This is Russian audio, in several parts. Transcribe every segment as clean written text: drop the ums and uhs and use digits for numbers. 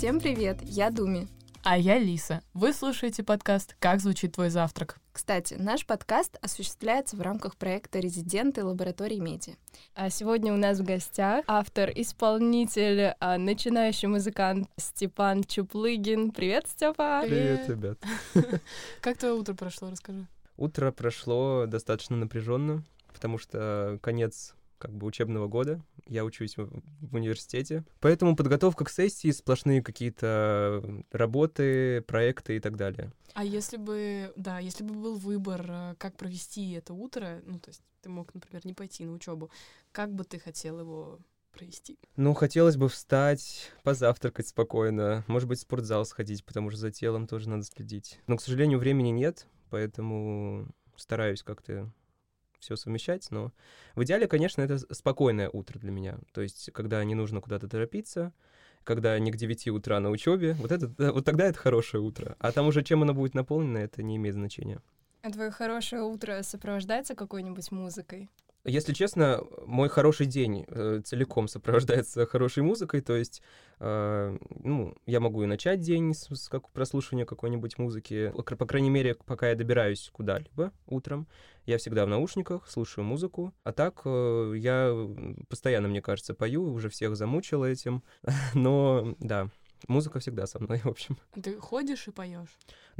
Всем привет, я Думи. А я Лиса. Вы слушаете подкаст «Как звучит твой завтрак?». Кстати, наш подкаст осуществляется в рамках проекта «Резиденты лаборатории медиа». А сегодня у нас в гостях автор-исполнитель, начинающий музыкант Степан Чуплыгин. Привет, Степа! Привет, ребят. Как твое утро прошло, расскажи. Утро прошло достаточно напряженно, потому что конец учебного года, я учусь в университете. Поэтому подготовка к сессии, сплошные какие-то работы, проекты и так далее. А если бы был выбор, как провести это утро, то есть ты мог, например, не пойти на учебу, как бы ты хотел его провести? Хотелось бы встать, позавтракать спокойно, может быть, в спортзал сходить, потому что за телом тоже надо следить. Но, к сожалению, времени нет, поэтому стараюсь как-то все совмещать, но в идеале, конечно, это спокойное утро для меня. То есть, когда не нужно куда-то торопиться, когда не к 9 утра на учебе, вот тогда это хорошее утро. А там уже чем оно будет наполнено, это не имеет значения. А твое хорошее утро сопровождается какой-нибудь музыкой? Если честно, мой хороший день целиком сопровождается хорошей музыкой, то есть я могу и начать день с прослушивания какой-нибудь музыки, по крайней мере, пока я добираюсь куда-либо утром, я всегда в наушниках, слушаю музыку, а так я постоянно, мне кажется, пою, уже всех замучила этим, но да. Музыка всегда со мной, в общем. Ты ходишь и поешь?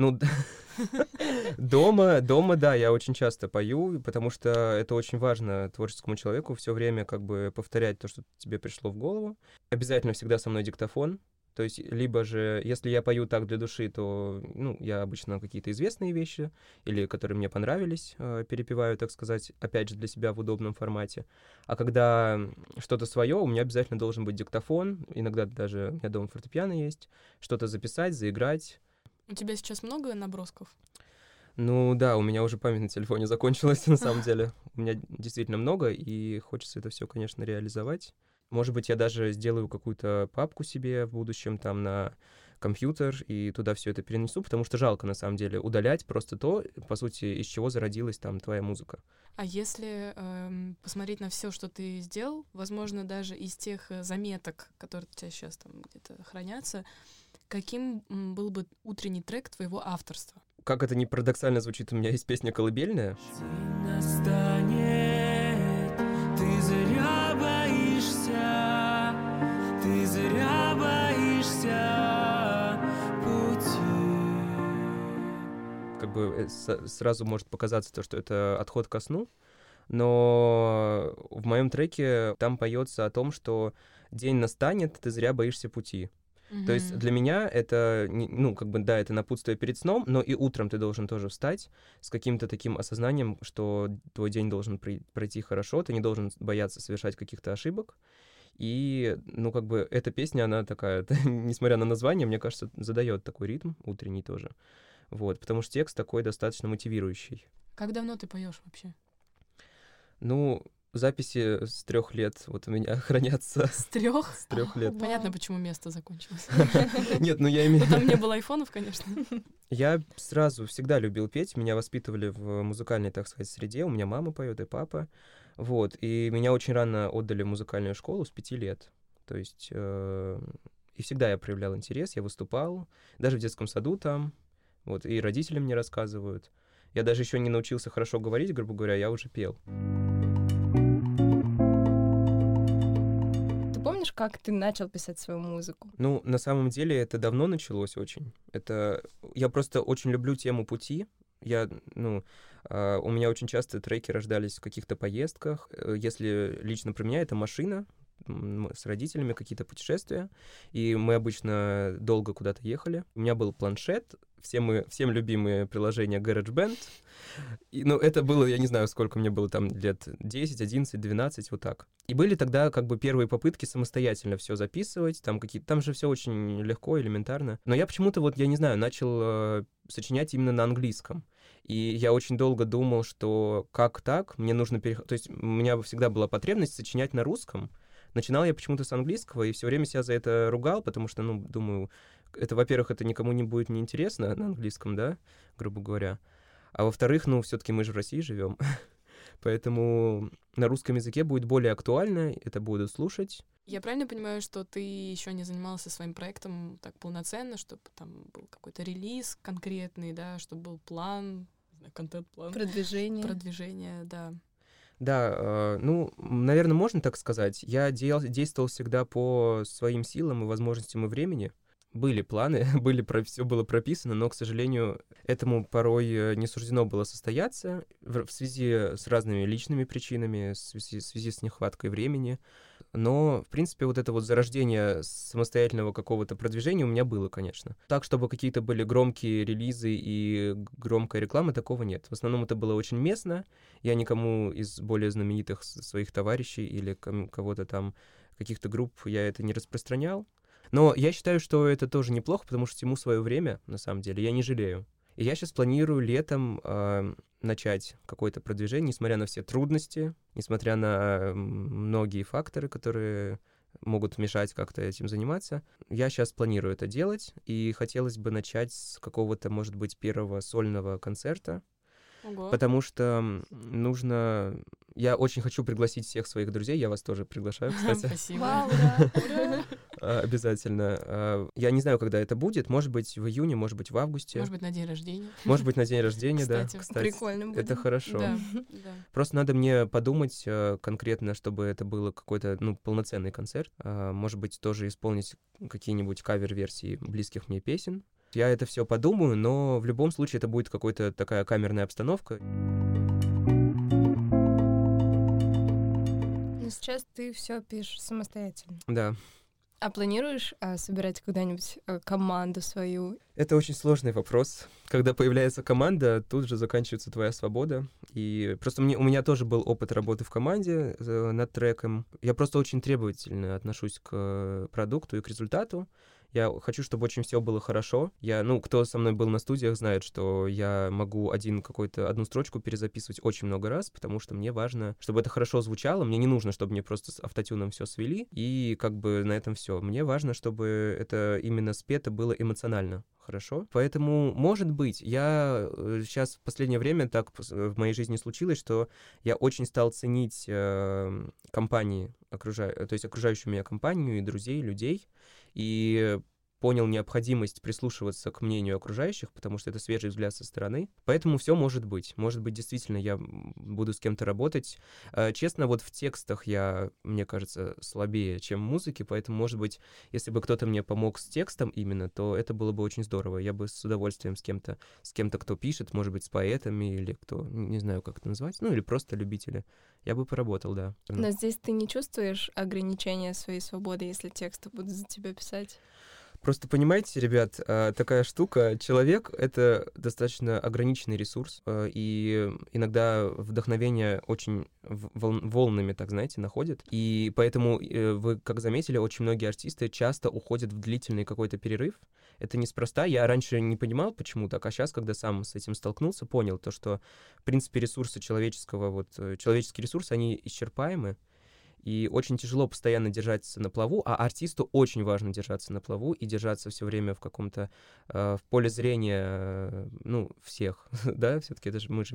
Дома, да, я очень часто пою, потому что это очень важно творческому человеку все время повторять то, что тебе пришло в голову. Обязательно всегда со мной диктофон. То есть, либо же, если я пою так для души, то, я обычно какие-то известные вещи, или которые мне понравились, перепеваю, так сказать, опять же, для себя в удобном формате. А когда что-то свое, у меня обязательно должен быть диктофон, иногда даже у меня дома фортепиано есть, что-то записать, заиграть. У тебя сейчас много набросков? Да, у меня уже память на телефоне закончилась, на самом деле. У меня действительно много, и хочется это все, конечно, реализовать. Может быть, я даже сделаю какую-то папку себе в будущем там на компьютер и туда все это перенесу, потому что жалко, на самом деле, удалять просто то, по сути, из чего зародилась там твоя музыка. А если посмотреть на все, что ты сделал, возможно, даже из тех заметок, которые у тебя сейчас там где-то хранятся, каким был бы утренний трек твоего авторства? Как это ни парадоксально звучит, у меня есть песня «Колыбельная». День настанет, ты зря боишься, ты зря боишься пути. Сразу может показаться то, что это отход ко сну, но в моем треке там поется о том, что день настанет, ты зря боишься пути. То есть для меня это, это напутствие перед сном, но и утром ты должен тоже встать с каким-то таким осознанием, что твой день должен пройти хорошо, ты не должен бояться совершать каких-то ошибок. И, эта песня, она такая, несмотря на название, мне кажется, задает такой ритм утренний тоже. Вот, потому что текст такой достаточно мотивирующий. Как давно ты поешь вообще? Записи с 3 лет вот у меня хранятся. С 3? С 3 лет. Понятно, почему место закончилось. Нет, я имею... Там не было айфонов, конечно. Я сразу всегда любил петь. Меня воспитывали в музыкальной, так сказать, среде. У меня мама поет и папа. Вот. И меня очень рано отдали в музыкальную школу с 5 лет. То есть... И всегда я проявлял интерес, я выступал. Даже в детском саду там. Вот. И родители мне рассказывают. Я даже еще не научился хорошо говорить, грубо говоря, я уже пел. Помнишь, как ты начал писать свою музыку? На самом деле это давно началось очень. Я просто очень люблю тему пути. У меня очень часто треки рождались в каких-то поездках. Если лично про меня, это машина, с родителями какие-то путешествия, и мы обычно долго куда-то ехали. У меня был планшет, всем любимые приложения GarageBand. Это было, я не знаю, сколько мне было там лет, 10, 11, 12, вот так. И были тогда первые попытки самостоятельно все записывать, там же все очень легко, элементарно. Но я почему-то, я не знаю, начал сочинять именно на английском. И я очень долго думал, что как так, мне нужно То есть у меня всегда была потребность сочинять на русском. Начинал я почему-то с английского, и все время себя за это ругал, потому что, думаю, это, во-первых, это никому не будет неинтересно на английском, да, грубо говоря. А во-вторых, все-таки мы же в России живем. Поэтому на русском языке будет более актуально, это будут слушать. Я правильно понимаю, что ты еще не занимался своим проектом так полноценно, чтобы там был какой-то релиз конкретный, да, чтобы был план, контент-план. Продвижение, да. Да, ну, наверное, можно так сказать. Я действовал всегда по своим силам и возможностям и времени. Были планы, все было прописано, но, к сожалению, этому порой не суждено было состояться в связи с разными личными причинами, в связи с нехваткой времени. Но, в принципе, вот это вот зарождение самостоятельного какого-то продвижения у меня было, конечно. Так, чтобы какие-то были громкие релизы и громкая реклама, такого нет. В основном это было очень местно. Я никому из более знаменитых своих товарищей или кого-то там, каких-то групп, я это не распространял. Но я считаю, что это тоже неплохо, потому что всему свое время, на самом деле, я не жалею. И я сейчас планирую летом начать какое-то продвижение, несмотря на все трудности, несмотря на многие факторы, которые могут мешать как-то этим заниматься. Я сейчас планирую это делать, и хотелось бы начать с какого-то, может быть, первого сольного концерта. Ого. Потому что нужно... Я очень хочу пригласить всех своих друзей, я вас тоже приглашаю, кстати. Спасибо. Вау, ура! Обязательно. Я не знаю, когда это будет, может быть, в июне, может быть, в августе. Может быть, на день рождения. Может быть, на день рождения, да. Кстати, прикольно будет. Это хорошо. Да. Просто надо мне подумать конкретно, чтобы это был какой-то, полноценный концерт. Может быть, тоже исполнить какие-нибудь кавер-версии близких мне песен. Я это все подумаю, но в любом случае это будет какая-то такая камерная обстановка. Но сейчас ты все пишешь самостоятельно. Да. А планируешь собирать когда-нибудь команду свою? Это очень сложный вопрос. Когда появляется команда, тут же заканчивается твоя свобода. И просто у меня тоже был опыт работы в команде над треком. Я просто очень требовательно отношусь к продукту и к результату. Я хочу, чтобы очень все было хорошо. Кто со мной был на студиях, знает, что я могу одну строчку перезаписывать очень много раз, потому что мне важно, чтобы это хорошо звучало. Мне не нужно, чтобы мне просто с автотюном все свели, и на этом все. Мне важно, чтобы это именно спето было эмоционально хорошо. Поэтому, может быть, я сейчас в последнее время так в моей жизни случилось, что я очень стал ценить компании, то есть окружающую меня компанию и друзей, людей, и понял необходимость прислушиваться к мнению окружающих, потому что это свежий взгляд со стороны. Поэтому все может быть. Может быть, действительно, я буду с кем-то работать. Честно, вот в текстах я, мне кажется, слабее, чем в музыке, поэтому, может быть, если бы кто-то мне помог с текстом именно, то это было бы очень здорово. Я бы с удовольствием с кем-то, кто пишет, может быть, с поэтами или кто, не знаю, как это назвать, или просто любители. Я бы поработал, да. Но здесь ты не чувствуешь ограничения своей свободы, если тексты будут за тебя писать? Просто понимаете, ребят, такая штука, человек — это достаточно ограниченный ресурс, и иногда вдохновение очень волнами, так знаете, находит. И поэтому вы, как заметили, очень многие артисты часто уходят в длительный какой-то перерыв. Это неспроста. Я раньше не понимал, почему так, а сейчас, когда сам с этим столкнулся, понял то, что, в принципе, человеческие ресурсы, они исчерпаемы. И очень тяжело постоянно держаться на плаву, а артисту очень важно держаться на плаву и держаться все время в каком-то в поле зрения, всех, да, все-таки это же мы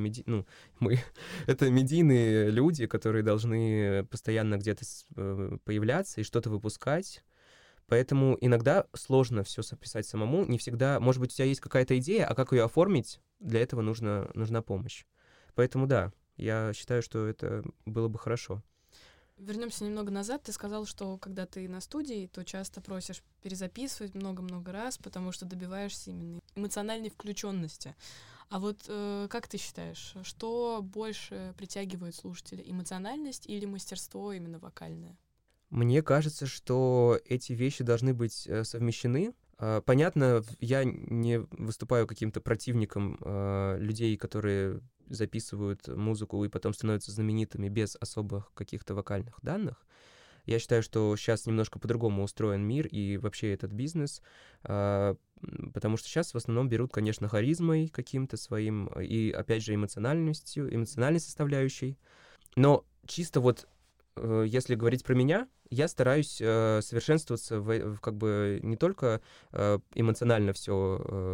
это медийные люди, которые должны постоянно где-то появляться и что-то выпускать. Поэтому иногда сложно все записать самому, не всегда, может быть, у тебя есть какая-то идея, а как ее оформить, для этого нужна помощь. Поэтому да, я считаю, что это было бы хорошо. Вернемся немного назад. Ты сказал, что когда ты на студии, то часто просишь перезаписывать много-много раз, потому что добиваешься именно эмоциональной включенности. А вот как ты считаешь, что больше притягивает слушателя, эмоциональность или мастерство именно вокальное? Мне кажется, что эти вещи должны быть совмещены. Понятно, я не выступаю каким-то противником людей, которые записывают музыку и потом становятся знаменитыми без особых каких-то вокальных данных. Я считаю, что сейчас немножко по-другому устроен мир и вообще этот бизнес, потому что сейчас в основном берут, конечно, харизмой каким-то своим и, опять же, эмоциональной составляющей. Но чисто если говорить про меня, я стараюсь совершенствоваться не только эмоционально все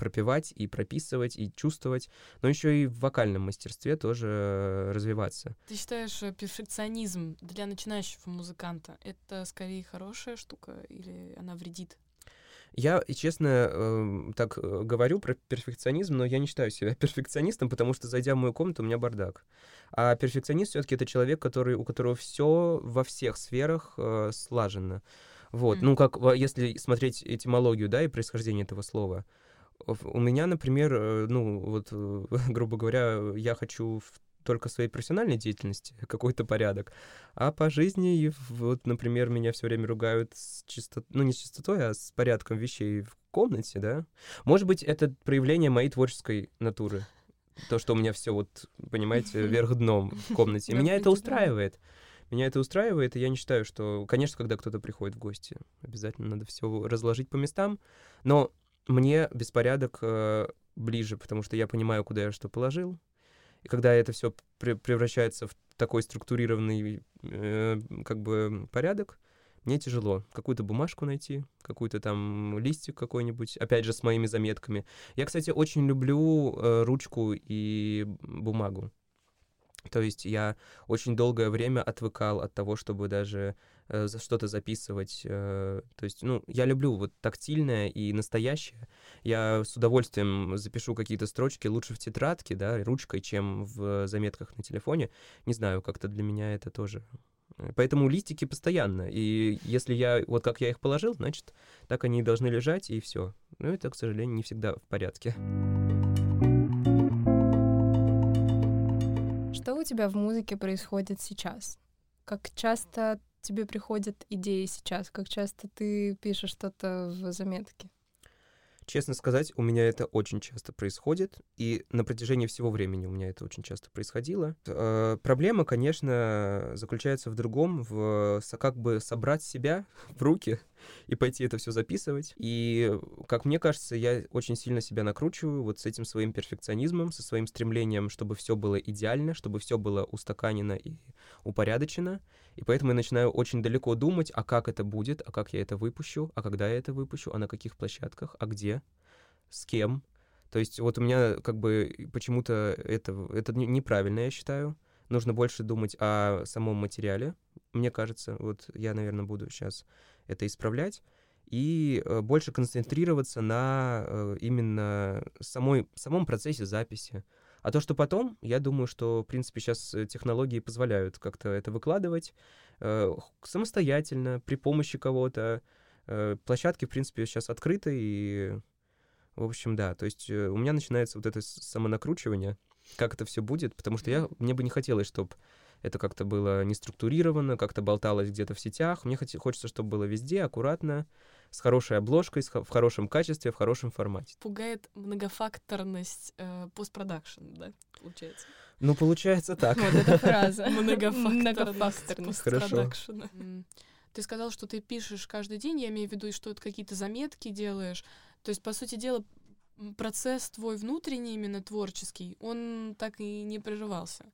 пропевать, и прописывать, и чувствовать, но еще и в вокальном мастерстве тоже развиваться. Ты считаешь, перфекционизм для начинающего музыканта — это скорее хорошая штука или она вредит? Я, честно, так говорю про перфекционизм, но я не считаю себя перфекционистом, потому что, зайдя в мою комнату, у меня бардак. А перфекционист все-таки это человек, у которого все во всех сферах слажено. Вот. Ну, как если смотреть этимологию, да, и происхождение этого слова. У меня, например, грубо говоря, я хочу только в своей профессиональной деятельности какой-то порядок, а по жизни, вот, например, меня все время ругают с не с чистотой, а с порядком вещей в комнате, да. Может быть, это проявление моей творческой натуры. То, что у меня все, вот, понимаете, вверх дном в комнате. Меня это устраивает. Меня это устраивает, и я не считаю, что... Конечно, когда кто-то приходит в гости, обязательно надо все разложить по местам, но мне беспорядок ближе, потому что я понимаю, куда я что положил. И когда это все превращается в такой структурированный порядок, мне тяжело какую-то бумажку найти, какой-то там листик какой-нибудь, опять же, с моими заметками. Я, кстати, очень люблю ручку и бумагу. То есть я очень долгое время отвыкал от того, чтобы даже что-то записывать. То есть, я люблю вот тактильное и настоящее. Я с удовольствием запишу какие-то строчки лучше в тетрадке, да, ручкой, чем в заметках на телефоне. Не знаю, как-то для меня это тоже... Поэтому листики постоянно. И если вот как я их положил, значит, так они и должны лежать, и все. Но это, к сожалению, не всегда в порядке. Что у тебя в музыке происходит сейчас? Как часто тебе приходят идеи сейчас? Как часто ты пишешь что-то в заметке? Честно сказать, у меня это очень часто происходит, и на протяжении всего времени у меня это очень часто происходило. Проблема, конечно, заключается в другом, как бы собрать себя в руки и пойти это все записывать. И, как мне кажется, я очень сильно себя накручиваю вот с этим своим перфекционизмом, со своим стремлением, чтобы все было идеально, чтобы все было устаканено и упорядочено. И поэтому я начинаю очень далеко думать, а как это будет, а как я это выпущу, а когда я это выпущу, а на каких площадках, а где, с кем. То есть вот у меня как бы почему-то это неправильно, я считаю. Нужно больше думать о самом материале, мне кажется. Вот я, наверное, буду сейчас это исправлять. И больше концентрироваться на именно самом процессе записи. А то, что потом, я думаю, что, в принципе, сейчас технологии позволяют как-то это выкладывать самостоятельно, при помощи кого-то. Площадки, в принципе, сейчас открыты, и, в общем, да. То есть у меня начинается вот это самонакручивание, как это все будет, потому что мне бы не хотелось, чтобы это как-то было не структурировано, как-то болталось где-то в сетях. Мне хочется, чтобы было везде, аккуратно, с хорошей обложкой, в хорошем качестве, в хорошем формате. Пугает многофакторность постпродакшн, да, получается? Ну, получается так. Вот эта фраза. Многофакторность Хорошо. постпродакшна. Ты сказал, что ты пишешь каждый день, я имею в виду, что ты какие-то заметки делаешь. То есть, по сути дела, процесс твой внутренний, именно творческий, он так и не прерывался.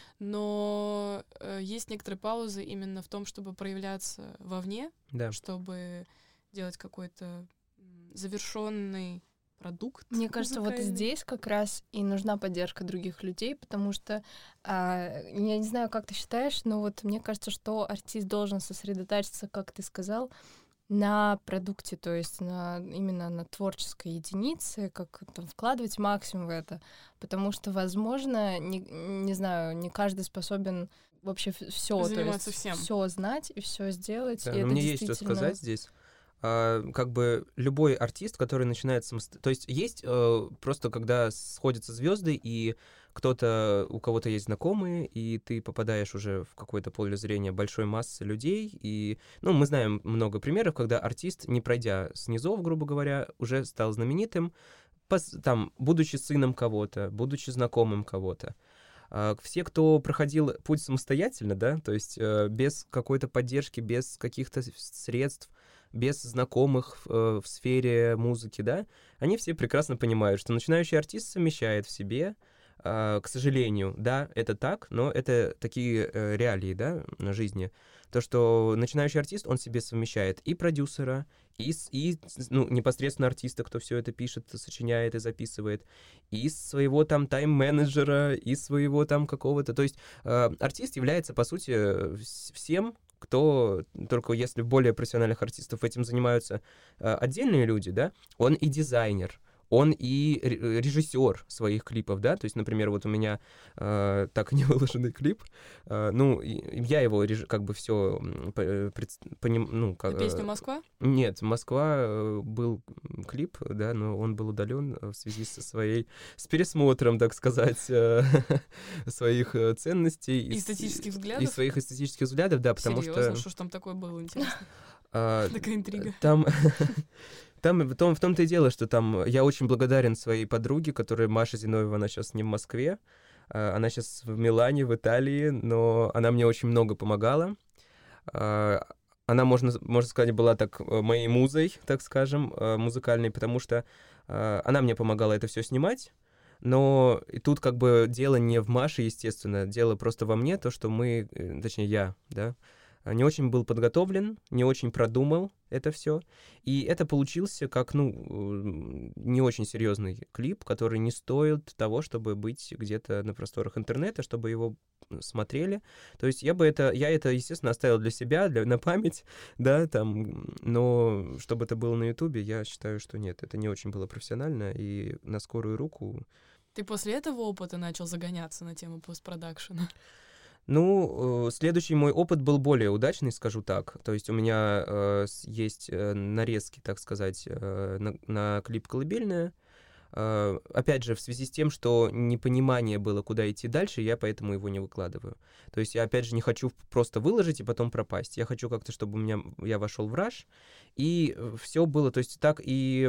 Но есть некоторые паузы именно в том, чтобы проявляться вовне, Да. чтобы делать какой-то завершенный продукт. Мне кажется, вот здесь как раз и нужна поддержка других людей, потому что, я не знаю, как ты считаешь, но вот мне кажется, что артист должен сосредотачиваться, как ты сказал, на продукте, то есть именно на творческой единице, как там, вкладывать максимум в это, потому что, возможно, не знаю, не каждый способен вообще все, то есть все знать и все сделать. Да, и это мне есть что сказать здесь. Как бы любой артист, который начинает самостоятельно... То есть просто когда сходятся звезды, и у кого-то есть знакомые, и ты попадаешь уже в какое-то поле зрения большой массы людей, и, мы знаем много примеров, когда артист, не пройдя с низов, грубо говоря, уже стал знаменитым, будучи сыном кого-то, будучи знакомым кого-то. Все, кто проходил путь самостоятельно, да, то есть без какой-то поддержки, без каких-то средств, без знакомых в сфере музыки, да, они все прекрасно понимают, что начинающий артист совмещает в себе, к сожалению, да, это так, но это такие реалии, да, жизни, То, что начинающий артист, он себе совмещает и продюсера, и непосредственно артиста, кто все это пишет, сочиняет и записывает, и своего там тайм-менеджера, и своего там какого-то... То есть артист является, по сути, всем, кто, только если более профессиональных артистов этим занимаются отдельные люди, да, он и дизайнер, он и режиссер своих клипов, да, то есть, например, вот у меня так не выложенный клип, я его как бы все Песню «Москва»? Нет, «Москва» был клип, да, но он был удален в связи с пересмотром, так сказать, своих ценностей. Эстетических взглядов? И своих эстетических взглядов, да, потому что... Серьезно? Что ж там такое было, интересно? Такая интрига. В том-то и дело, что там я очень благодарен своей подруге, которая Маша Зиновьева, она сейчас не в Москве, она сейчас в Милане, в Италии, но она мне очень много помогала. Она, можно сказать, была так моей музой, так скажем, музыкальной, потому что она мне помогала это все снимать. Но и тут как бы дело не в Маше, естественно, дело просто во мне, то, что я, да, не очень был подготовлен, не очень продумал это все. И это получился как, не очень серьезный клип, который не стоит того, чтобы быть где-то на просторах интернета, чтобы его смотрели. То есть я это, естественно, оставил для себя, на память, да, там, но чтобы это было на Ютубе, я считаю, что нет, это не очень было профессионально, и на скорую руку... Ты после этого опыта начал загоняться на тему постпродакшена? Следующий мой опыт был более удачный, скажу так. То есть у меня есть нарезки, так сказать, на клип «Колыбельная». Опять же, в связи с тем, что непонимание было, куда идти дальше, я поэтому его не выкладываю. То есть я, опять же, не хочу просто выложить и потом пропасть. Я хочу как-то, чтобы я вошел в раш, и все было, то есть так и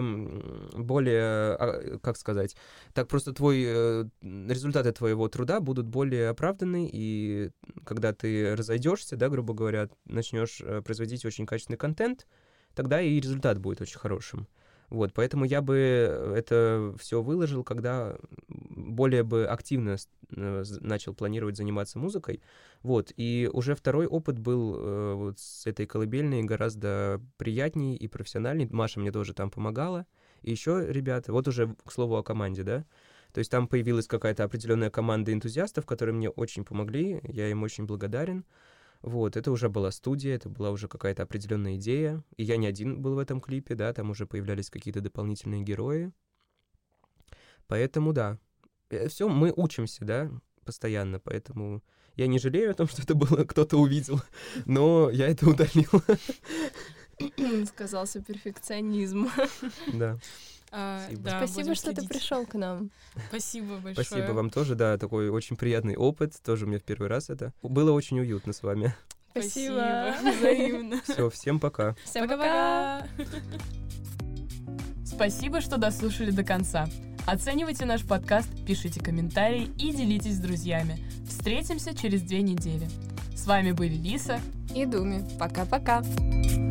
более, как сказать, так просто результаты твоего труда будут более оправданы, и когда ты разойдешься, да, грубо говоря, начнешь производить очень качественный контент, тогда и результат будет очень хорошим. Вот, поэтому я бы это все выложил, когда более бы активно начал планировать заниматься музыкой. Вот, и уже второй опыт был вот с этой колыбельной гораздо приятнее и профессиональнее. Маша мне тоже там помогала. И еще ребята, вот уже, к слову, о команде, да. То есть там появилась какая-то определенная команда энтузиастов, которые мне очень помогли, я им очень благодарен. Вот, это уже была студия, это была уже какая-то определенная идея. И я не один был в этом клипе, да, там уже появлялись какие-то дополнительные герои. Поэтому, да, все, мы учимся, да, постоянно, поэтому я не жалею о том, что это было, кто-то увидел, но я это удалил. Сказался перфекционизм. Да. Спасибо, что ты пришел к нам. Спасибо большое. Спасибо вам тоже, да, такой очень приятный опыт, тоже у меня в первый раз это. Было очень уютно с вами. Спасибо. Взаимно. Все, всем пока. Всем пока. Спасибо, что дослушали до конца. Оценивайте наш подкаст, пишите комментарии и делитесь с друзьями. Встретимся через 2 недели. С вами были Лиса и Думи. Пока-пока.